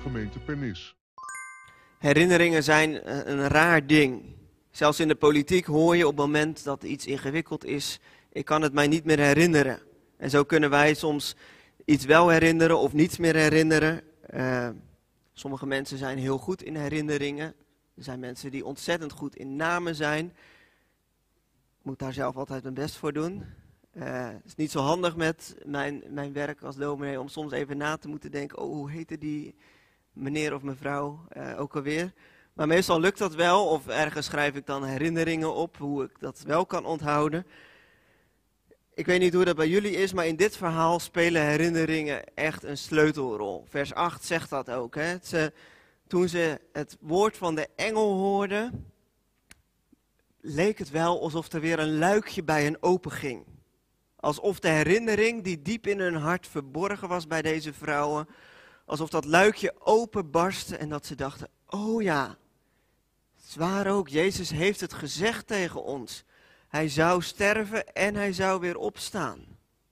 gemeente Pernis. Herinneringen zijn een raar ding. Zelfs in de politiek hoor je op het moment dat iets ingewikkeld is, ik kan het mij niet meer herinneren. En zo kunnen wij soms iets wel herinneren of niets meer herinneren. Sommige mensen zijn heel goed in herinneringen. Er zijn mensen die ontzettend goed in namen zijn. Ik moet daar zelf altijd mijn best voor doen. Het is niet zo handig met mijn werk als dominee om soms even na te moeten denken, oh, hoe heette die meneer of mevrouw ook alweer. Maar meestal lukt dat wel, of ergens schrijf ik dan herinneringen op, hoe ik dat wel kan onthouden. Ik weet niet hoe dat bij jullie is, maar in dit verhaal spelen herinneringen echt een sleutelrol. Vers 8 zegt dat ook. Hè? Toen ze het woord van de engel hoorden, leek het wel alsof er weer een luikje bij hen open ging. Alsof de herinnering die diep in hun hart verborgen was bij deze vrouwen, alsof dat luikje openbarstte en dat ze dachten, oh ja, het is waar ook, Jezus heeft het gezegd tegen ons. Hij zou sterven en hij zou weer opstaan.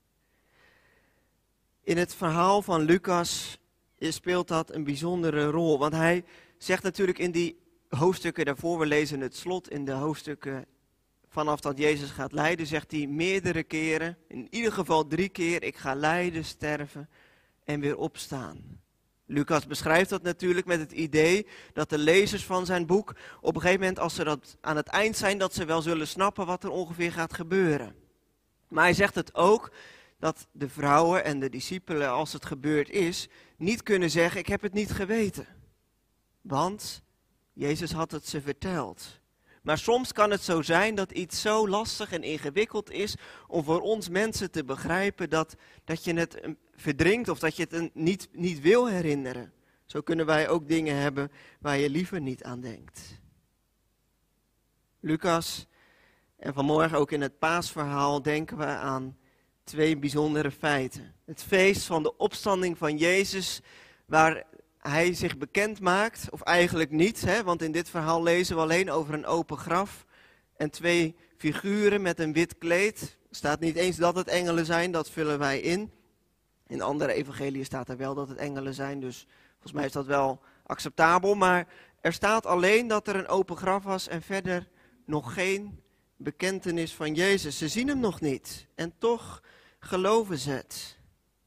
In het verhaal van Lucas speelt dat een bijzondere rol, want hij zegt natuurlijk in die hoofdstukken daarvoor, we lezen het slot in de hoofdstukken vanaf dat Jezus gaat lijden, zegt hij meerdere keren, in ieder geval 3 keer, ik ga lijden, sterven en weer opstaan. Lucas beschrijft dat natuurlijk met het idee dat de lezers van zijn boek op een gegeven moment, als ze dat aan het eind zijn, dat ze wel zullen snappen wat er ongeveer gaat gebeuren. Maar hij zegt het ook dat de vrouwen en de discipelen, als het gebeurd is, niet kunnen zeggen, ik heb het niet geweten. Want Jezus had het ze verteld. Maar soms kan het zo zijn dat iets zo lastig en ingewikkeld is om voor ons mensen te begrijpen dat je het verdringt of dat je het niet wil herinneren. Zo kunnen wij ook dingen hebben waar je liever niet aan denkt. Lucas, en vanmorgen ook in het paasverhaal denken we aan 2 bijzondere feiten. Het feest van de opstanding van Jezus, waar hij zich bekend maakt, of eigenlijk niet, hè, want in dit verhaal lezen we alleen over een open graf en 2 figuren met een wit kleed. Er staat niet eens dat het engelen zijn, dat vullen wij in. In andere evangeliën staat er wel dat het engelen zijn, dus volgens mij is dat wel acceptabel. Maar er staat alleen dat er een open graf was en verder nog geen bekentenis van Jezus. Ze zien hem nog niet en toch geloven ze het.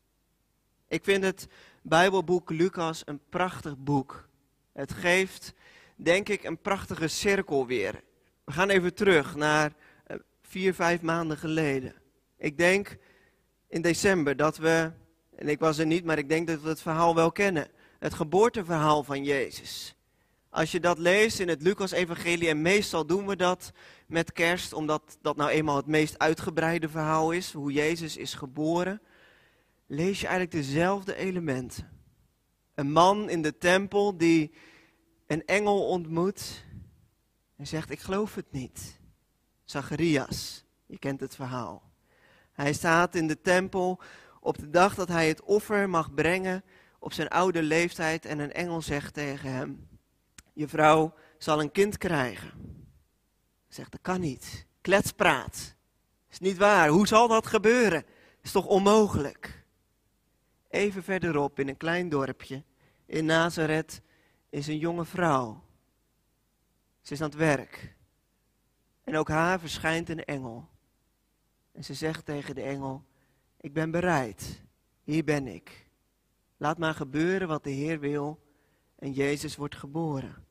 Ik vind het Bijbelboek Lucas een prachtig boek. Het geeft, denk ik, een prachtige cirkel weer. We gaan even terug naar 4-5 maanden geleden. Ik denk in december dat we, en ik was er niet, maar ik denk dat we het verhaal wel kennen. Het geboorteverhaal van Jezus. Als je dat leest in het Lucas-evangelie, en meestal doen we dat met kerst, omdat dat nou eenmaal het meest uitgebreide verhaal is, hoe Jezus is geboren, lees je eigenlijk dezelfde elementen. Een man in de tempel die een engel ontmoet en zegt, ik geloof het niet. Zacharias, je kent het verhaal. Hij staat in de tempel op de dag dat hij het offer mag brengen op zijn oude leeftijd en een engel zegt tegen hem, je vrouw zal een kind krijgen. Hij zegt, dat kan niet. Kletspraat. Is niet waar. Hoe zal dat gebeuren? Is toch onmogelijk? Even verderop in een klein dorpje in Nazareth is een jonge vrouw. Ze is aan het werk. En ook haar verschijnt een engel. En ze zegt tegen de engel, ik ben bereid. Hier ben ik. Laat maar gebeuren wat de Heer wil. En Jezus wordt geboren.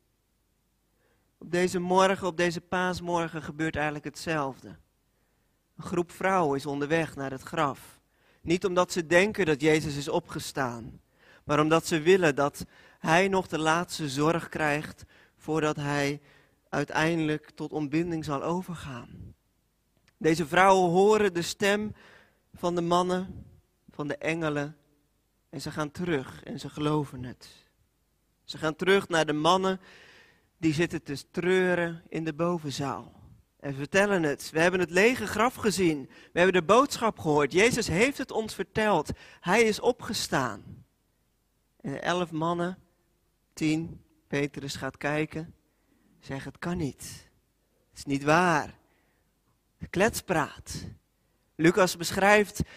Op deze morgen, op deze paasmorgen gebeurt eigenlijk hetzelfde. Een groep vrouwen is onderweg naar het graf. Niet omdat ze denken dat Jezus is opgestaan, maar omdat ze willen dat hij nog de laatste zorg krijgt voordat hij uiteindelijk tot ontbinding zal overgaan. Deze vrouwen horen de stem van de mannen, van de engelen en ze gaan terug en ze geloven het. Ze gaan terug naar de mannen die zitten te treuren in de bovenzaal. En we vertellen het. We hebben het lege graf gezien. We hebben de boodschap gehoord. Jezus heeft het ons verteld. Hij is opgestaan. En de 11 mannen, 10, Petrus gaat kijken, zeggen het kan niet. Het is niet waar. Kletspraat. Lucas beschrijft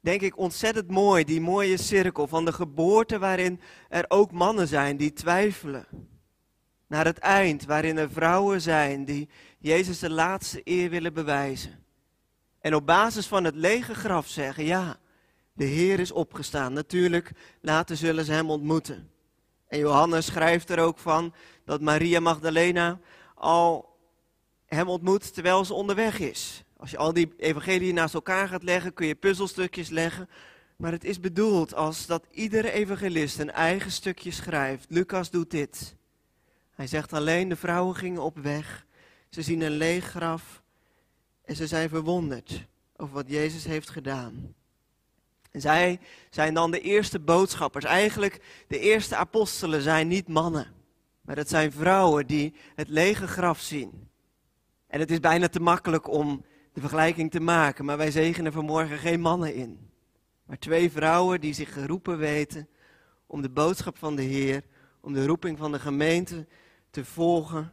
denk ik ontzettend mooi, die mooie cirkel van de geboorte waarin er ook mannen zijn die twijfelen. Naar het eind waarin er vrouwen zijn die Jezus de laatste eer willen bewijzen. En op basis van het lege graf zeggen, ja, de Heer is opgestaan. Natuurlijk, later zullen ze hem ontmoeten. En Johannes schrijft er ook van dat Maria Magdalena al hem ontmoet terwijl ze onderweg is. Als je al die evangeliën naast elkaar gaat leggen, kun je puzzelstukjes leggen. Maar het is bedoeld als dat iedere evangelist een eigen stukje schrijft. Lucas doet dit. Hij zegt alleen, de vrouwen gingen op weg. Ze zien een leeg graf en ze zijn verwonderd over wat Jezus heeft gedaan. En zij zijn dan de eerste boodschappers. Eigenlijk de eerste apostelen zijn niet mannen. Maar het zijn vrouwen die het lege graf zien. En het is bijna te makkelijk om de vergelijking te maken. Maar wij zegenen vanmorgen geen mannen in. Maar 2 vrouwen die zich geroepen weten om de boodschap van de Heer, om de roeping van de gemeente te volgen.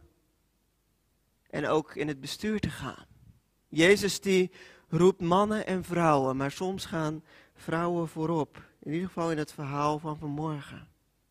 En ook in het bestuur te gaan. Jezus die roept mannen en vrouwen, maar soms gaan vrouwen voorop. In ieder geval in het verhaal van vanmorgen.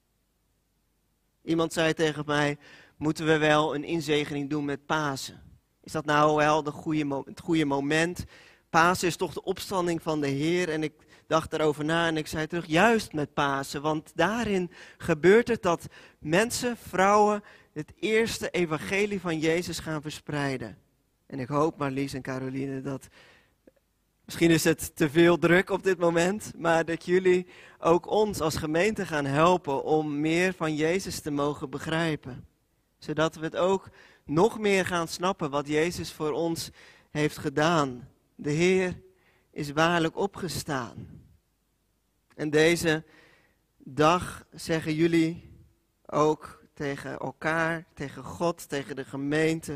Iemand zei tegen mij, moeten we wel een inzegening doen met Pasen? Is dat nou wel het goede moment? Pasen is toch de opstanding van de Heer? En ik dacht daarover na en ik zei terug, juist met Pasen. Want daarin gebeurt het dat mensen, vrouwen, het eerste evangelie van Jezus gaan verspreiden. En ik hoop, Marlies en Caroline, dat misschien is het te veel druk op dit moment, maar dat jullie ook ons als gemeente gaan helpen om meer van Jezus te mogen begrijpen. Zodat we het ook nog meer gaan snappen wat Jezus voor ons heeft gedaan. De Heer is waarlijk opgestaan. En deze dag zeggen jullie ook tegen elkaar, tegen God, tegen de gemeente.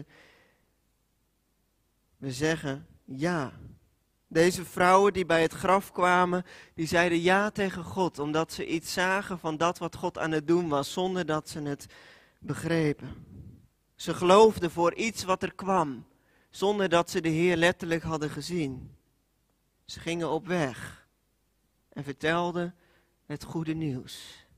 We zeggen ja. Deze vrouwen die bij het graf kwamen, die zeiden ja tegen God, omdat ze iets zagen van dat wat God aan het doen was, zonder dat ze het begrepen. Ze geloofden voor iets wat er kwam, zonder dat ze de Heer letterlijk hadden gezien. Ze gingen op weg en vertelden het goede nieuws.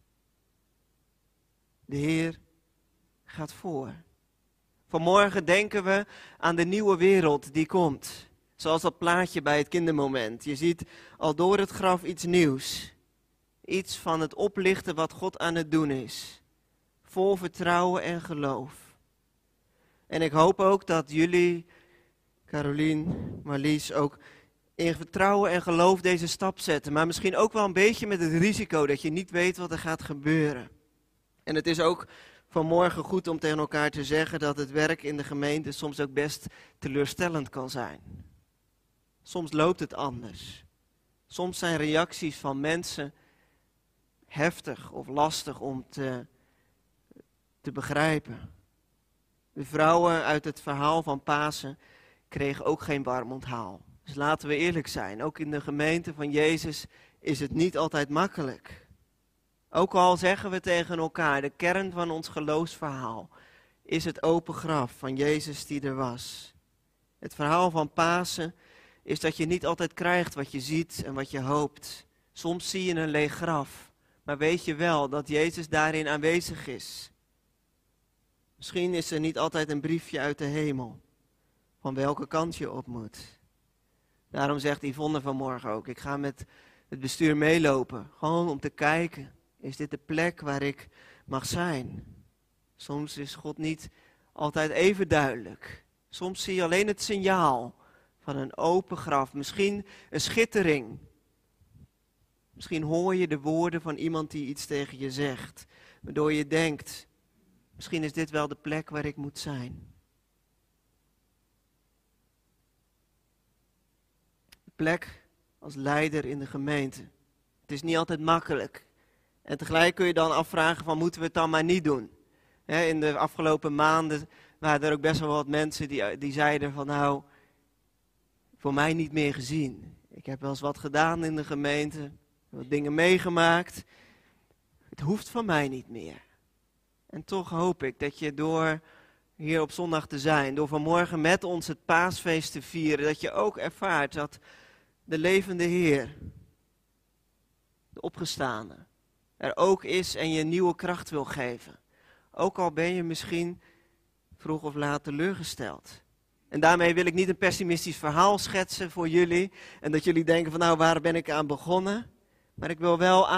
De Heer gaat voor. Vanmorgen denken we aan de nieuwe wereld die komt. Zoals dat plaatje bij het kindermoment. Je ziet al door het graf iets nieuws. Iets van het oplichten wat God aan het doen is. Vol vertrouwen en geloof. En ik hoop ook dat jullie, Carolien, Marlies, ook in vertrouwen en geloof deze stap zetten. Maar misschien ook wel een beetje met het risico dat je niet weet wat er gaat gebeuren. En het is ook vanmorgen goed om tegen elkaar te zeggen dat het werk in de gemeente soms ook best teleurstellend kan zijn. Soms loopt het anders. Soms zijn reacties van mensen heftig of lastig om te begrijpen. De vrouwen uit het verhaal van Pasen kregen ook geen warm onthaal. Dus laten we eerlijk zijn, ook in de gemeente van Jezus is het niet altijd makkelijk. Ook al zeggen we tegen elkaar, de kern van ons geloofsverhaal is het open graf van Jezus die er was. Het verhaal van Pasen is dat je niet altijd krijgt wat je ziet en wat je hoopt. Soms zie je een leeg graf, maar weet je wel dat Jezus daarin aanwezig is. Misschien is er niet altijd een briefje uit de hemel, van welke kant je op moet. Daarom zegt Yvonne vanmorgen ook, ik ga met het bestuur meelopen, gewoon om te kijken, is dit de plek waar ik mag zijn? Soms is God niet altijd even duidelijk. Soms zie je alleen het signaal van een open graf, misschien een schittering. Misschien hoor je de woorden van iemand die iets tegen je zegt, waardoor je denkt, misschien is dit wel de plek waar ik moet zijn. De plek als leider in de gemeente. Het is niet altijd makkelijk. En tegelijk kun je dan afvragen van, moeten we het dan maar niet doen? In de afgelopen maanden waren er ook best wel wat mensen die zeiden van, nou, voor mij niet meer gezien. Ik heb wel eens wat gedaan in de gemeente, wat dingen meegemaakt. Het hoeft van mij niet meer. En toch hoop ik dat je door hier op zondag te zijn, door vanmorgen met ons het paasfeest te vieren, dat je ook ervaart dat de levende Heer de opgestane, er ook is en je nieuwe kracht wil geven. Ook al ben je misschien vroeg of laat teleurgesteld. En daarmee wil ik niet een pessimistisch verhaal schetsen voor jullie. En dat jullie denken van nou, waar ben ik aan begonnen? Maar ik wil wel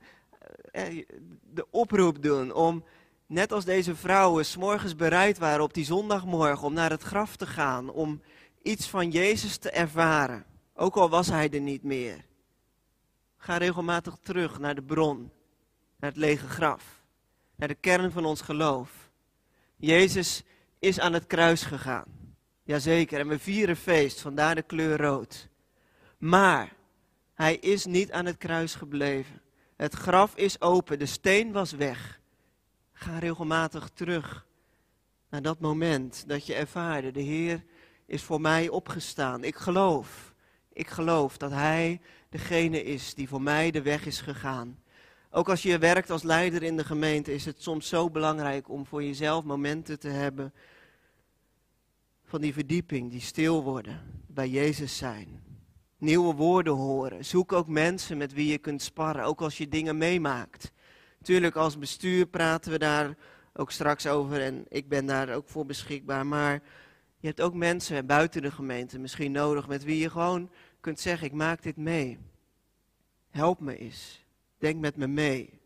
de oproep doen om, net als deze vrouwen 's morgens bereid waren op die zondagmorgen om naar het graf te gaan. Om iets van Jezus te ervaren. Ook al was hij er niet meer. Ga regelmatig terug naar de bron. Naar het lege graf. Naar de kern van ons geloof. Jezus is aan het kruis gegaan. Jazeker, en we vieren feest, vandaar de kleur rood. Maar hij is niet aan het kruis gebleven. Het graf is open, de steen was weg. Ga regelmatig terug naar dat moment dat je ervaarde, de Heer is voor mij opgestaan. Ik geloof dat hij degene is die voor mij de weg is gegaan. Ook als je werkt als leider in de gemeente is het soms zo belangrijk om voor jezelf momenten te hebben van die verdieping, die stil worden, bij Jezus zijn. Nieuwe woorden horen. Zoek ook mensen met wie je kunt sparren, ook als je dingen meemaakt. Tuurlijk, als bestuur praten we daar ook straks over en ik ben daar ook voor beschikbaar. Maar je hebt ook mensen buiten de gemeente misschien nodig met wie je gewoon kunt zeggen, ik maak dit mee. Help me eens. Denk met me mee.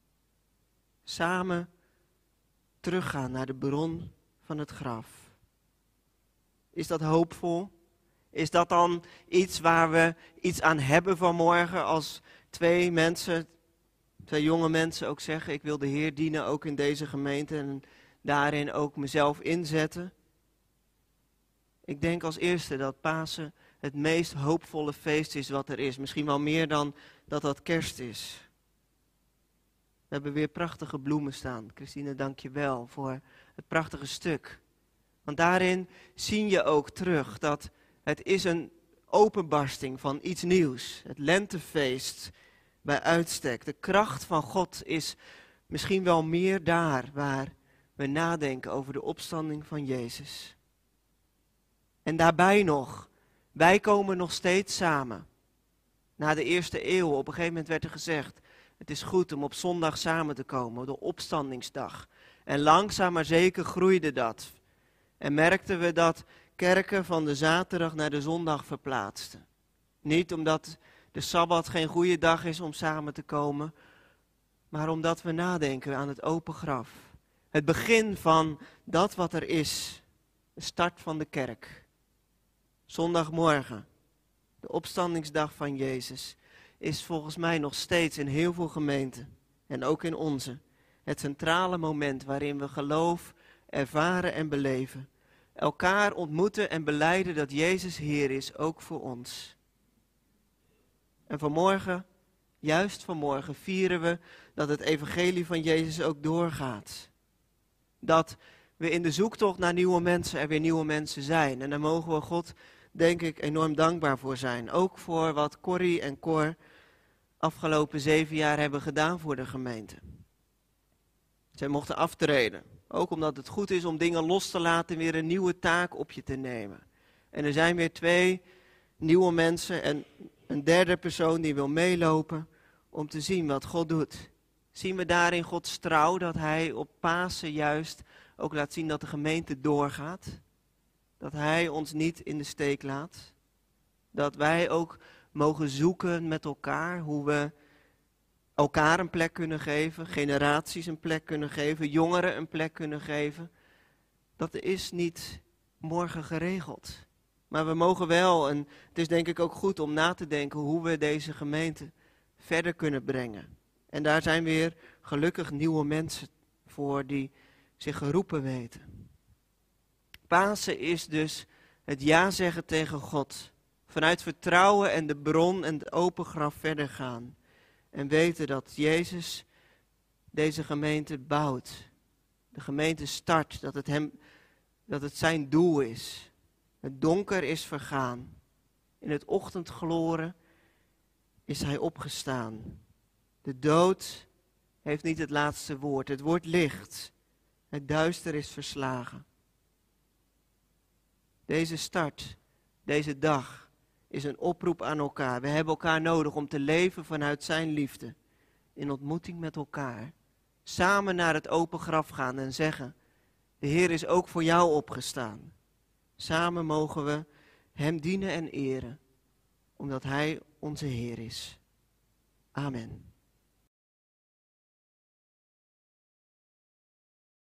Samen teruggaan naar de bron van het graf. Is dat hoopvol? Is dat dan iets waar we iets aan hebben vanmorgen als twee jonge mensen ook zeggen, ik wil de Heer dienen ook in deze gemeente en daarin ook mezelf inzetten? Ik denk als eerste dat Pasen het meest hoopvolle feest is wat er is. Misschien wel meer dan dat kerst is. We hebben weer prachtige bloemen staan. Christine, dank je wel voor het prachtige stuk. Want daarin zie je ook terug dat het is een openbarsting van iets nieuws. Het lentefeest bij uitstek. De kracht van God is misschien wel meer daar waar we nadenken over de opstanding van Jezus. En daarbij nog, wij komen nog steeds samen. Na de eerste eeuw, op een gegeven moment werd er gezegd, het is goed om op zondag samen te komen, de opstandingsdag. En langzaam maar zeker groeide dat. En merkten we dat kerken van de zaterdag naar de zondag verplaatsten. Niet omdat de Sabbat geen goede dag is om samen te komen, maar omdat we nadenken aan het open graf. Het begin van dat wat er is, de start van de kerk. Zondagmorgen, de opstandingsdag van Jezus, is volgens mij nog steeds in heel veel gemeenten, en ook in onze, het centrale moment waarin we geloof ervaren en beleven. Elkaar ontmoeten en belijden dat Jezus Heer is, ook voor ons. En vanmorgen, juist vanmorgen, vieren we dat het evangelie van Jezus ook doorgaat. Dat we in de zoektocht naar nieuwe mensen er weer nieuwe mensen zijn. En daar mogen we God, denk ik, enorm dankbaar voor zijn. Ook voor wat Corrie en Cor afgelopen 7 jaar hebben gedaan voor de gemeente. Zij mochten aftreden. Ook omdat het goed is om dingen los te laten en weer een nieuwe taak op je te nemen. En er zijn weer 2 nieuwe mensen en een derde persoon die wil meelopen om te zien wat God doet. Zien we daarin Gods trouw, dat hij op Pasen juist ook laat zien dat de gemeente doorgaat. Dat hij ons niet in de steek laat. Dat wij ook mogen zoeken met elkaar hoe we elkaar een plek kunnen geven, generaties een plek kunnen geven, jongeren een plek kunnen geven. Dat is niet morgen geregeld. Maar we mogen wel, en het is denk ik ook goed om na te denken hoe we deze gemeente verder kunnen brengen. En daar zijn weer gelukkig nieuwe mensen voor die zich geroepen weten. Pasen is dus het ja zeggen tegen God. Vanuit vertrouwen en de bron en het open graf verder gaan. En weten dat Jezus deze gemeente bouwt. De gemeente start, dat het zijn doel is. Het donker is vergaan. In het ochtendgloren is hij opgestaan. De dood heeft niet het laatste woord. Het wordt licht. Het duister is verslagen. Deze start, deze dag, is een oproep aan elkaar. We hebben elkaar nodig om te leven vanuit zijn liefde. In ontmoeting met elkaar. Samen naar het open graf gaan en zeggen, de Heer is ook voor jou opgestaan. Samen mogen we hem dienen en eren, omdat hij onze Heer is. Amen.